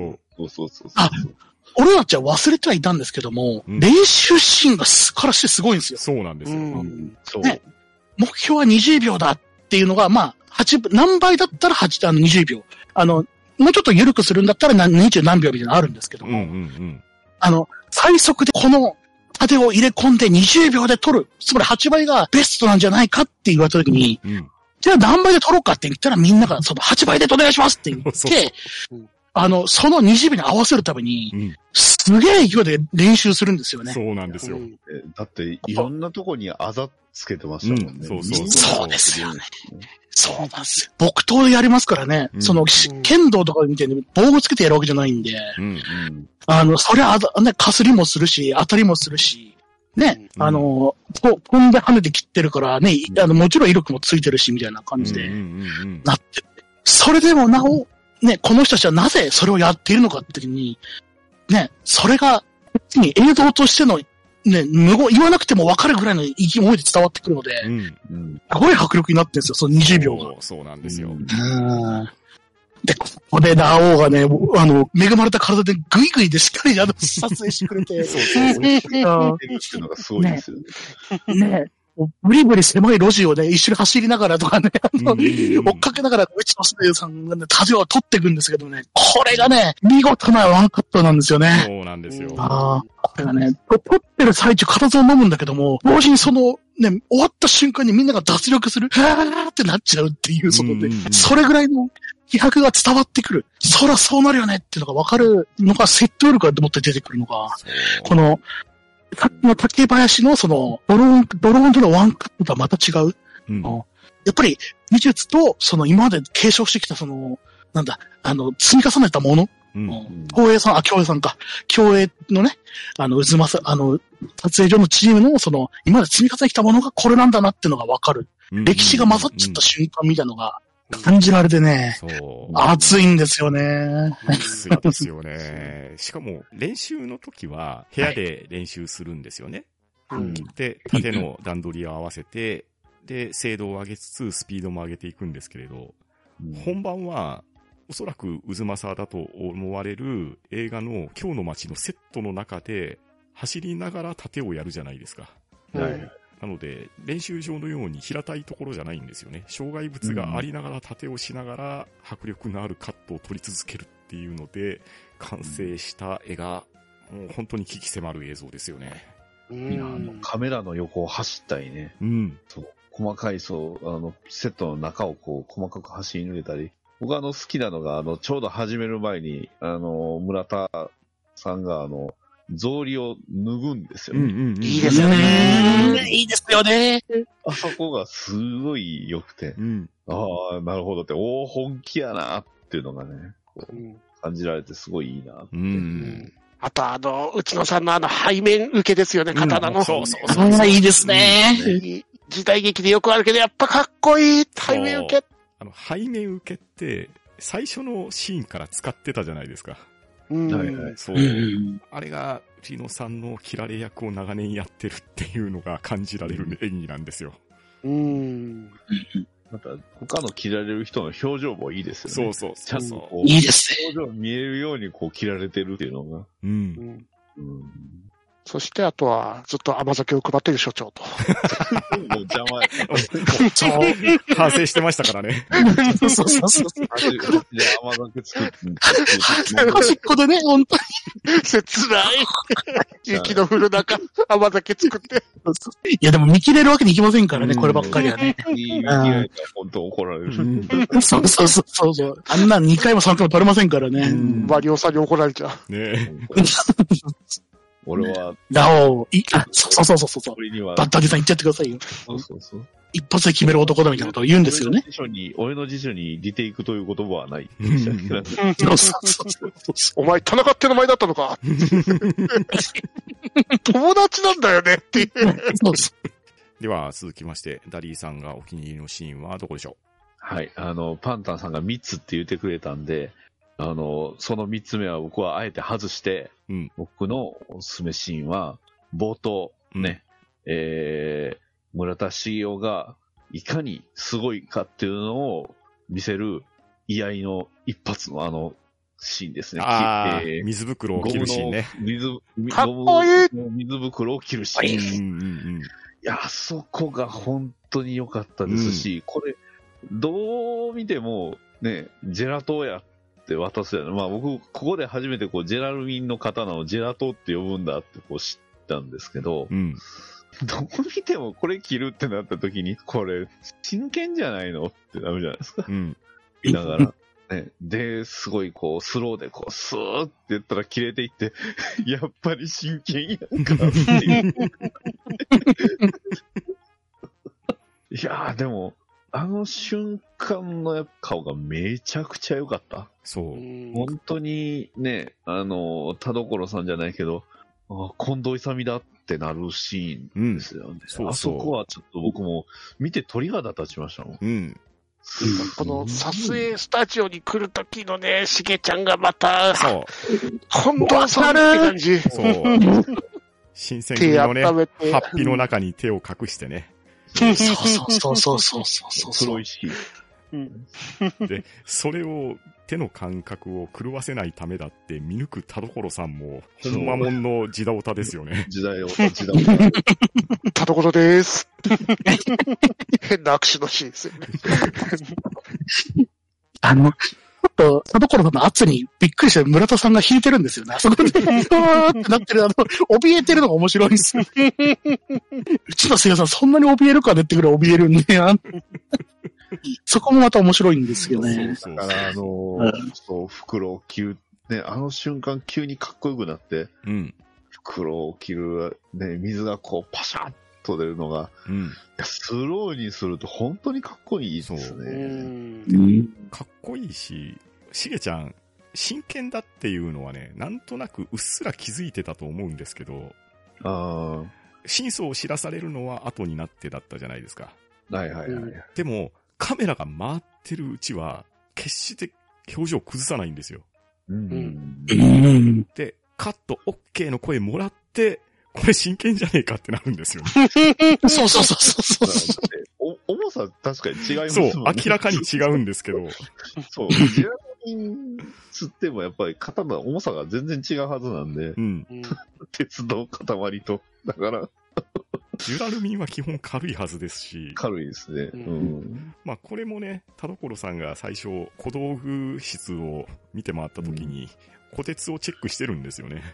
俺たちは忘れてはいたんですけども、練習シーンがからしてすごいんですよ。 そうなんですよ。 ね、目標は20秒だっていうのが、何倍だったら20秒。もうちょっと緩くするんだったら20何秒みたいなのあるんですけども、最速でこの盾を入れ込んで20秒で取る。つまり8倍がベストなんじゃないかって言われたときに、じゃあ何倍で取ろうかって言ったらみんながその8倍でお願いしますって言って、その20秒に合わせるために、すげえ勢いで練習するんですよね。 そうなんですよ。 だって、いろんなとこにあざつけてましたもんね。 そうですよね。そうなんですよ。木刀でやりますからね。剣道とかみたいに防具つけてやるわけじゃないんで。そりゃ、かすりもするし、当たりもするし、ね、飛んで跳ねて切ってるからね、もちろん威力もついてるし、みたいな感じで、なってる。それでもなお、ね、この人たちはなぜそれをやっているのかって時に、ね、それが、こっちに映像としての、ね、言わなくても分かるぐらいの勢いで伝わってくるので、すごい迫力になってるんですよ、その20秒が。 そうなんですよ。 で、ここでラオウがね、恵まれた体でグイグイでしっかり撮影してくれて。 そうですよね。 ね。ブリブリ狭い路地をね、一緒に走りながらとかね、追っかけながら、うちのステイさんがね、盾を取っていくんですけどね、これがね、見事なワンカットなんですよね。 そうなんですよ。 これがね、取ってる最中、固唾を飲むんだけども、同時に終わった瞬間にみんなが脱力する、ってなっちゃうっていう、それぐらいの気迫が伝わってくる。そらそうなるよねっていうのが分かるのが、説得力が持って出てくるのが、この、さっきの竹林のドローンとのワンカットとはまた違う。やっぱり技術と今まで継承してきた積み重ねたもの。競泳さんか。競泳のね、渦政、撮影所のチームの今まで積み重ねてきたものがこれなんだなっていうのがわかる。歴史が混ざっちゃった瞬間みたいなのが感じられてね、熱いんですよね。 熱いですよね。しかも練習の時は部屋で練習するんですよね。で、縦の段取りを合わせて、で、精度を上げつつスピードも上げていくんですけれど、本番はおそらく渦政だと思われる映画の今日の街のセットの中で走りながら盾をやるじゃないですか。なので、練習場のように平たいところじゃないんですよね。障害物がありながら盾をしながら迫力のあるカットを撮り続けるっていうので、完成した絵が、もう本当に鬼気迫る映像ですよね。 カメラの横を走ったりね。細かいセットの中を細かく走り抜けたり。僕好きなのが、ちょうど始める前に、村田さんが草履を脱ぐんですよね。 いいですよね。いいですよね。 あそこがすごい良くて、ああ、なるほどって、本気やなっていうのがね、感じられてすごいいいなって。 あと内野さんの背面受けですよね、刀の。 そう。いいですね。 時代劇でよくあるけど、やっぱかっこいい、背面受け。 背面受けって、最初のシーンから使ってたじゃないですか。そう。あれが、内野さんの切られ役を長年やってるっていうのが感じられる演技なんですよ。 また、他の切られる人の表情もいいですよね。 そう。 ちゃんといいですね。 表情見えるように切られてるっていうのが。 そしてあとはずっと甘酒を配ってる所長と。 もう邪魔や。 反省してましたからね。 そうそうそうそう。 で、甘酒作って。 端っこでね、本当に。 切ない。雪の降る中、甘酒作って。 いや、でも見切れるわけにいきませんからね、こればっかりはね。 いい嫌いだ、本当怒られる。 そうそうそうそう。あんな2回も3回も取れませんからね。 マリオさんに怒られちゃう。 ね俺は、 そうそうそうそう。 俺には、 バッターデさん言っちゃってくださいよ。 そうそうそう。 一発で決める男だみたいなことを言うんですよね。 俺の辞書にリテイクという言葉はない。 そうそうそうお前、田中って名前だったのか友達なんだよねっていう。 そうそう。 では、続きまして、ダリーさんがお気に入りのシーンはどこでしょはい。パンタンさんが3つって言ってくれたんで、その3つ目は僕はあえて外して、僕のおすすめシーンは、冒頭ね、村田茂雄がいかにすごいかっていうのを見せる居合の一発のシーンですね。 水袋を切るシーンね。 かっこいい水袋を切るシーン。いや、あそこが本当に良かったですし、これ、どう見てもね、ジェラトーやって渡すやん。まあ僕、ここで初めてジェラルミンの刀をジェラトーって呼ぶんだって知ったんですけど、どう見てもこれ切るってなった時に、これ、真剣じゃないのってなるじゃないですか。見ながら。ね、で、すごいスローでスーって言ったら切れていって、やっぱり真剣やんかっていう。いやー、でも、あの瞬間の顔がめちゃくちゃ良かった。 そう。 本当にね、田所さんじゃないけど、近藤勇だってなるシーンですよね。あそこはちょっと僕も見て鳥肌立ちましたもん。 この撮影スタジオに来る時のね、しげちゃんがまた、近藤さんって感じ。 そう。新選組のね、ハッピーの中に手を隠してね。 そう。 黒いし。 で、それを、手の感覚を狂わせないためだって見抜く田所さんも、ほんまもんの時代オタですよね。 時代オタ。 田所でーす。変な握手のシーンですよね。 ちょっと、田所さんの圧にびっくりして村田さんが引いてるんですよね。あそこで、ってなってる、怯えてるのが面白いんですよ。うちのせいやさんそんなに怯えるかねってぐらい怯えるんで、そこもまた面白いんですよね。 だから袋を切る、ね、あの瞬間急にかっこよくなって、袋を切る、ね、水がパシャッと出るのが、スローにすると本当にかっこいいですね。 かっこいいし、しげちゃん、真剣だっていうのはね、なんとなくうっすら気づいてたと思うんですけど、真相を知らされるのは後になってだったじゃないですか。でも、カメラが回ってるうちは、決して表情崩さないんですよ。で、カット OK の声もらって、これ真剣じゃねえかってなるんですよね。 そう。 重さ確かに違いますもんね。 そう、明らかに違うんですけど。 そう、ジェラミンつってもやっぱり刀の重さが全然違うはずなんで、鉄の塊と。だから、 ジュラルミンは基本軽いはずですし。 軽いですね。 まあこれもね、田所さんが最初、小道具室を見て回った時に、小鉄をチェックしてるんですよね。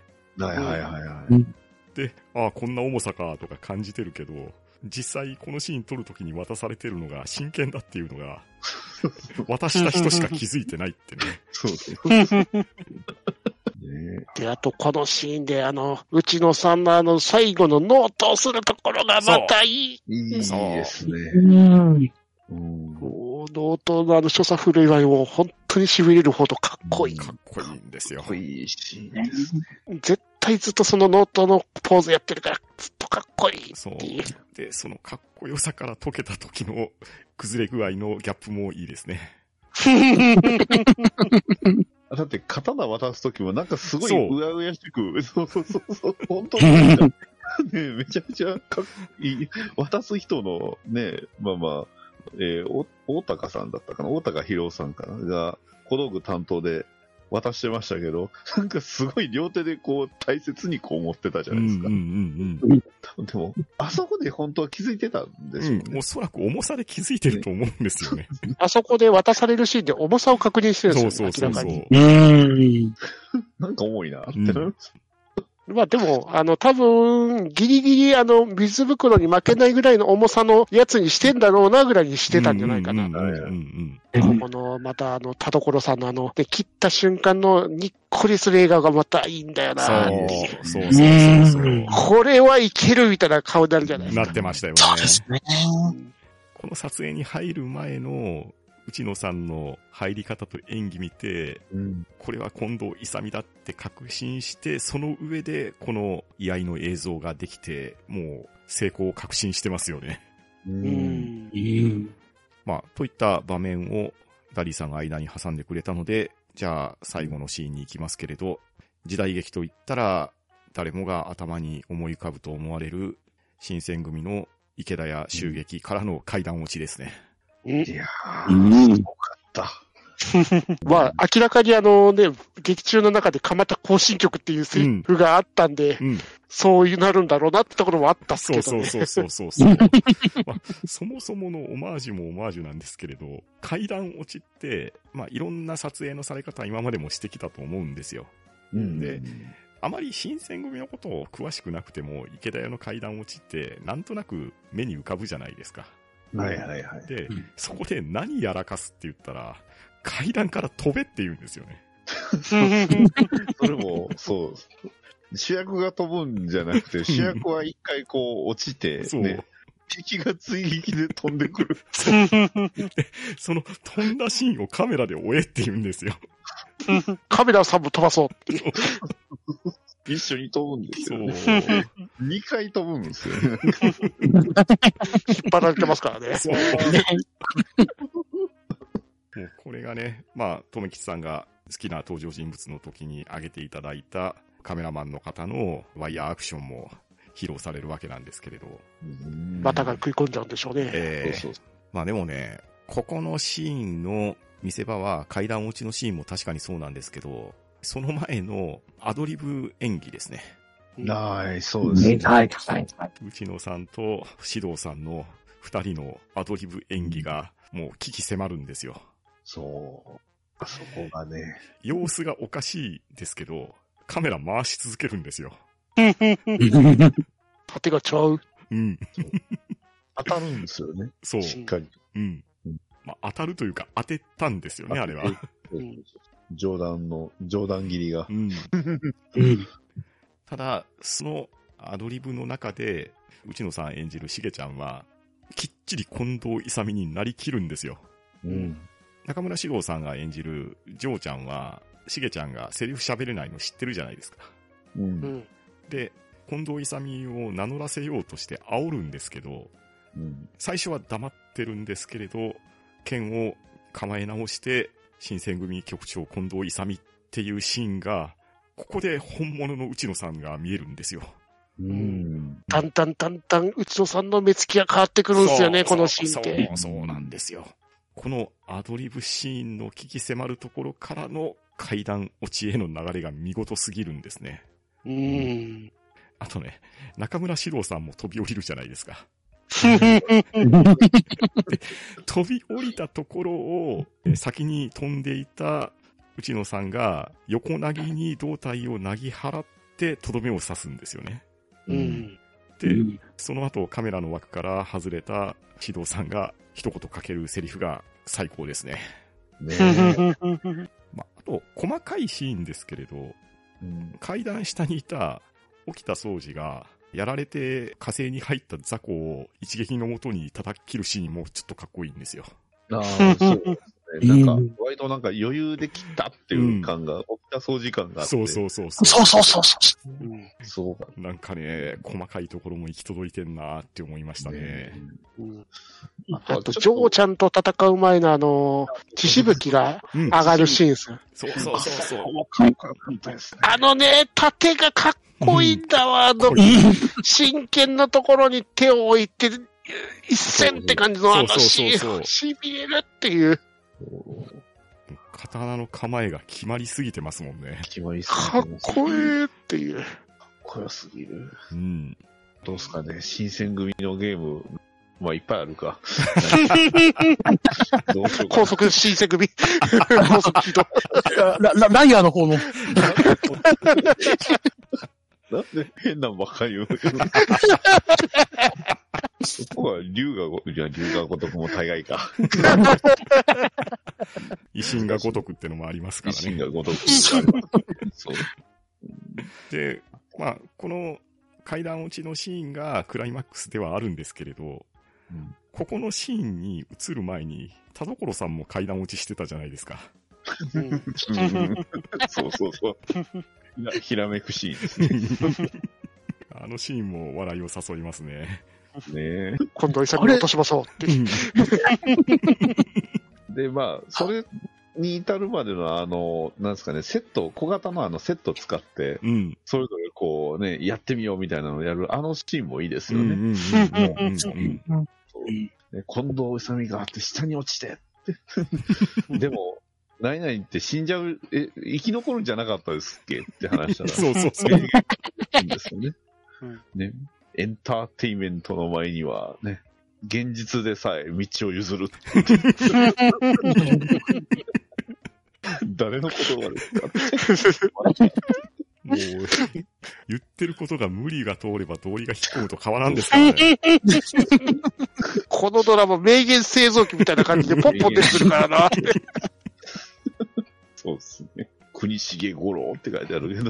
で、こんな重さかとか感じてるけど、実際このシーン撮る時に渡されてるのが真剣だっていうのが、渡した人しか気づいてないってね。 で、あとこのシーンで内野さんの最後のノートをするところがまたいい。 いいですね。 ノートの所作振る舞いも本当に痺れるほどかっこいい。 かっこいいんですよ。 かっこいいシーンですね。 絶対ずっとそのノートのポーズやってるから、ずっとかっこいいっていう。 そう。で、そのかっこよさから解けた時の崩れ具合のギャップもいいですね。 だって刀渡すときもなんかすごいうやうやしく、そう本当になんか、ね、めちゃめちゃかっこいい。渡す人のね、大高さんだったかな、大高博さんかなが小道具担当で渡してましたけど、なんかすごい両手でこう大切にこう持ってたじゃないですか。でも、あそこで本当は気づいてたんでしょうね。 おそらく重さで気づいてると思うんですよね。 あそこで渡されるシーンで重さを確認してるんですよね。 そう。 なんか重いなってなる。 まあでも、多分、ギリギリ水袋に負けないぐらいの重さのやつにしてんだろうなぐらいにしてたんじゃないかな。この、また田所さんので、切った瞬間のにっこりする笑顔がまたいいんだよな。 そう。 これはいけるみたいな顔になるじゃないですか。 なってましたよね。 そうですね。 この撮影に入る前の、内野さんの入り方と演技見て、これは近藤勇だって確信して、その上でこの居合の映像ができて、もう成功を確信してますよね。まあ、といった場面をダリーさんが間に挟んでくれたので、じゃあ最後のシーンに行きますけれど、時代劇といったら誰もが頭に思い浮かぶと思われる新選組の池田屋襲撃からの階段落ちですね。 いやー、すごかった。 まあ、明らかに劇中の中で蒲田行進曲っていうセリフがあったんで、そういうなるんだろうなってところもあったっすけどね。 そう。まあ、そもそものオマージュもオマージュなんですけれど、階段落ちって、まあ、いろんな撮影のされ方は今までもしてきたと思うんですよ。で、あまり新選組のことを詳しくなくても、池田屋の階段落ちって、なんとなく目に浮かぶじゃないですか。で、そこで何やらかすって言ったら、階段から飛べって言うんですよね。 それも、そう。主役が飛ぶんじゃなくて、主役は一回こう落ちて、ね、敵が追撃で飛んでくる。 その飛んだシーンをカメラで追えって言うんですよ。 カメラさんも飛ばそうっていう。 一緒に飛ぶんですよね。2回飛ぶんですよね。 引っ張られてますからね。 もうこれがね、まあ、富吉さんが好きな登場人物の時に挙げていただいたカメラマンの方のワイヤーアクションも披露されるわけなんですけれど。 またが食い込んじゃうんでしょうね。 まあでもね、ここのシーンの見せ場は階段落ちのシーンも確かにそうなんですけど、その前のアドリブ演技ですね。 そうですね。 内野さんと獅童さんの二人のアドリブ演技がもう鬼気迫るんですよ。 そう。あそこがね。 様子がおかしいですけど、カメラ回し続けるんですよ。 縦がちゃう。 当たるんですよね。 そう。 しっかり。 まあ、当たるというか当てたんですよね、あれは。 冗談切りが。 ただ、そのアドリブの中で、内野さん演じるしげちゃんは、きっちり近藤勇になりきるんですよ。中村獅童さんが演じるジョーちゃんは、しげちゃんがセリフ喋れないの知ってるじゃないですか。で、近藤勇を名乗らせようとして煽るんですけど、最初は黙ってるんですけれど、剣を構え直して、新選組局長近藤勇っていうシーンが、ここで本物の内野さんが見えるんですよ。 だんだん内野さんの目つきが変わってくるんですよね、このシーンって。 そうなんですよ。このアドリブシーンの鬼気迫るところからの階段落ちへの流れが見事すぎるんですね。あとね、中村獅童さんも飛び降りるじゃないですか。飛び降りたところを先に飛んでいた内野さんが横投げに胴体をなぎ払ってとどめを刺すんですよね。で、その後カメラの枠から外れた獅童さんが一言かけるセリフが最高ですね。まあ、あと細かいシーンですけれど、階段下にいた沖田総司がやられて火星に入った雑魚を一撃のもとに叩き切るシーンもちょっとかっこいいんですよ。 そうですね。なんか、割となんか余裕で切ったっていう感が、沖田総司感があって。 そうなんかね、細かいところも行き届いてんなーって思いましたね。 あと、ジョーちゃんと戦う前の血しぶきが上がるシーンですよ。 そう。 盾がかっこいいんだわ、真剣なところに手を置いて、一戦って感じのシーン、しびれるっていう。 刀の構えが決まりすぎてますもんね。 決まりすかっこいいっていう。 かっこよすぎる。 うん。 どうすかね、新選組のゲーム、まあいっぱいあるか。どうしようかな。 高速新選組。高速起動。 ライアーの方の。 なんで変なばっかり言うのそこは龍が如くも大概か。 維新が如くってのもありますからね。 維新が如く。そう。 で、まあ、この階段落ちのシーンがクライマックスではあるんですけれど、 うん、 ここのシーンに移る前に、田所さんも階段落ちしてたじゃないですか。 そうそうそう。ひらめくシーンですね。 あのシーンも笑いを誘いますね。 ねえ。 今度潔に落としましょうって。 で、まあ、それに至るまでのなんですかね、セット、小型のセットを使って、 うん、 それぞれこうね、やってみようみたいなのをやる、シーンもいいですよね。近藤勇があって下に落ちてって。でも、何々って死んじゃう、生き残るんじゃなかったですっけって話したら。 そうそうそう。 いいんですよね。ね。エンターテイメントの前にはね、現実でさえ道を譲る。誰の言葉ですかもう、言ってることが無理が通れば道理が引っ込むと変わらんですからね。 このドラマ名言製造機みたいな感じでポンポン出てくるからな。 そうですね。国重五郎って書いてあるけど。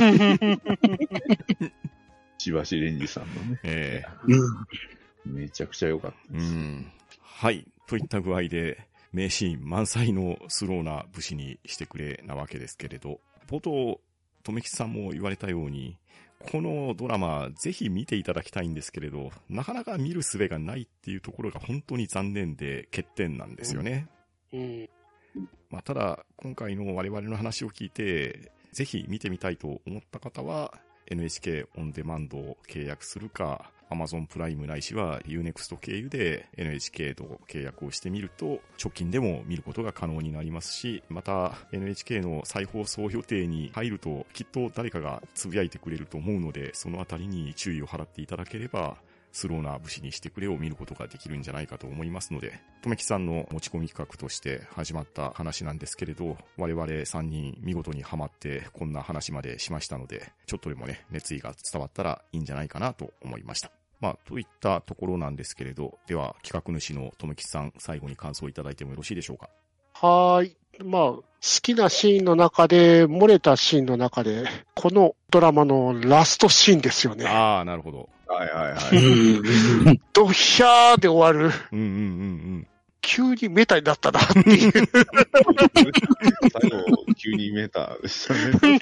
千葉市蓮司さんのね。めちゃくちゃ良かったです。 はい。といった具合で、名シーン満載のスローな武士にしてくれなわけですけれど、冒頭、留吉さんも言われたように、このドラマ、ぜひ見ていただきたいんですけれど、なかなか見る術がないっていうところが本当に残念で欠点なんですよね。まあ、ただ、今回の我々の話を聞いて、ぜひ見てみたいと思った方は、NHK オンデマンドを契約するか、Amazon プライムないしは Unext 経由で NHK と契約をしてみると、直近でも見ることが可能になりますし、また NHK の再放送予定に入ると、きっと誰かがつぶやいてくれると思うので、そのあたりに注意を払っていただければ、スローな武士にしてくれを見ることができるんじゃないかと思いますので、留木さんの持ち込み企画として始まった話なんですけれど、我々3人見事にハマってこんな話までしましたので、ちょっとでもね、熱意が伝わったらいいんじゃないかなと思いました。まあ、といったところなんですけれど、では企画主の留木さん、最後に感想いただいてもよろしいでしょうか。 はい。まあ、好きなシーンの中で、漏れたシーンの中で、このドラマのラストシーンですよね。 ああ、なるほど。 はいはいはい。 ドヒャーで終わる。急にメタになったなっていう。最後、急にメタでしたね。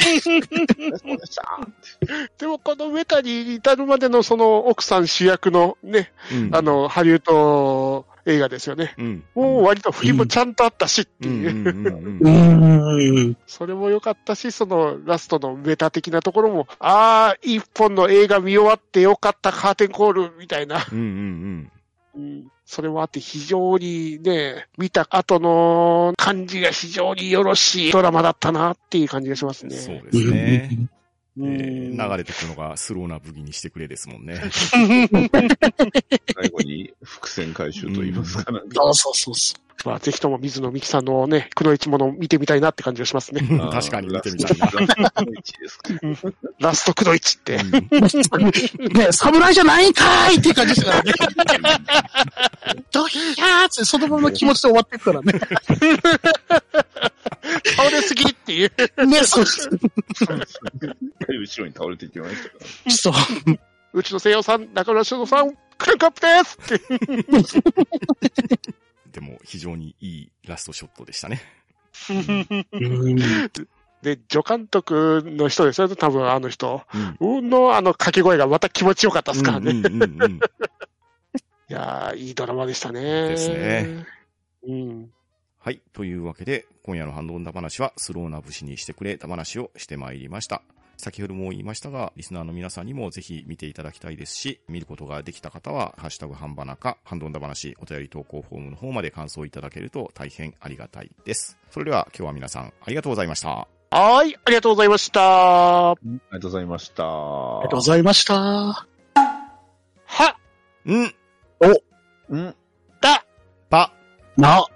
でもこのメタに至るまでのその奥さん主役のね、ハリウッド映画ですよね。もう割と振りもちゃんとあったしっていう。それも良かったし、そのラストのメタ的なところも、一本の映画見終わってよかったカーテンコールみたいな。それもあって非常にね、見た後の感じが非常によろしいドラマだったなっていう感じがしますね。 そうですね。流れてくのがスローな武器にしてくれですもんね。 最後に伏線回収と言いますかなんか。 そう。まあ、ぜひとも水野美紀さんのね、くのいちものを見てみたいなって感じがしますね。 確かに見てみたいな。 ラストくのいちって。 ね、侍じゃないんかーいっていう感じですからね。ドヒャーってそのまま気持ちで終わっていくからね。 倒れすぎっていう。 ね、そう。 後ろに倒れていきましたから。 そう。 うちの西洋さん、中村翔さん、クランクアップですって。 でも、非常にいいラストショットでしたね。 で、助監督の人ですよね、多分あの人。の掛け声がまた気持ちよかったですからね。いやー、いいドラマでしたね。 ですね。 うんはい。というわけで、今夜のハンドンダ話は、スローな武士にしてくれた話をしてまいりました。 先ほども言いましたが、リスナーの皆さんにもぜひ見ていただきたいですし、見ることができた方は、ハッシュタグハンバナか、ハンドンダ話、お便り投稿フォームの方まで感想いただけると大変ありがたいです。それでは今日は皆さんありがとうございました。 はい、ありがとうございました。 ありがとうございました。 ありがとうございました。 は、 ん、 お、 ん、 だ、 ぱ、 な、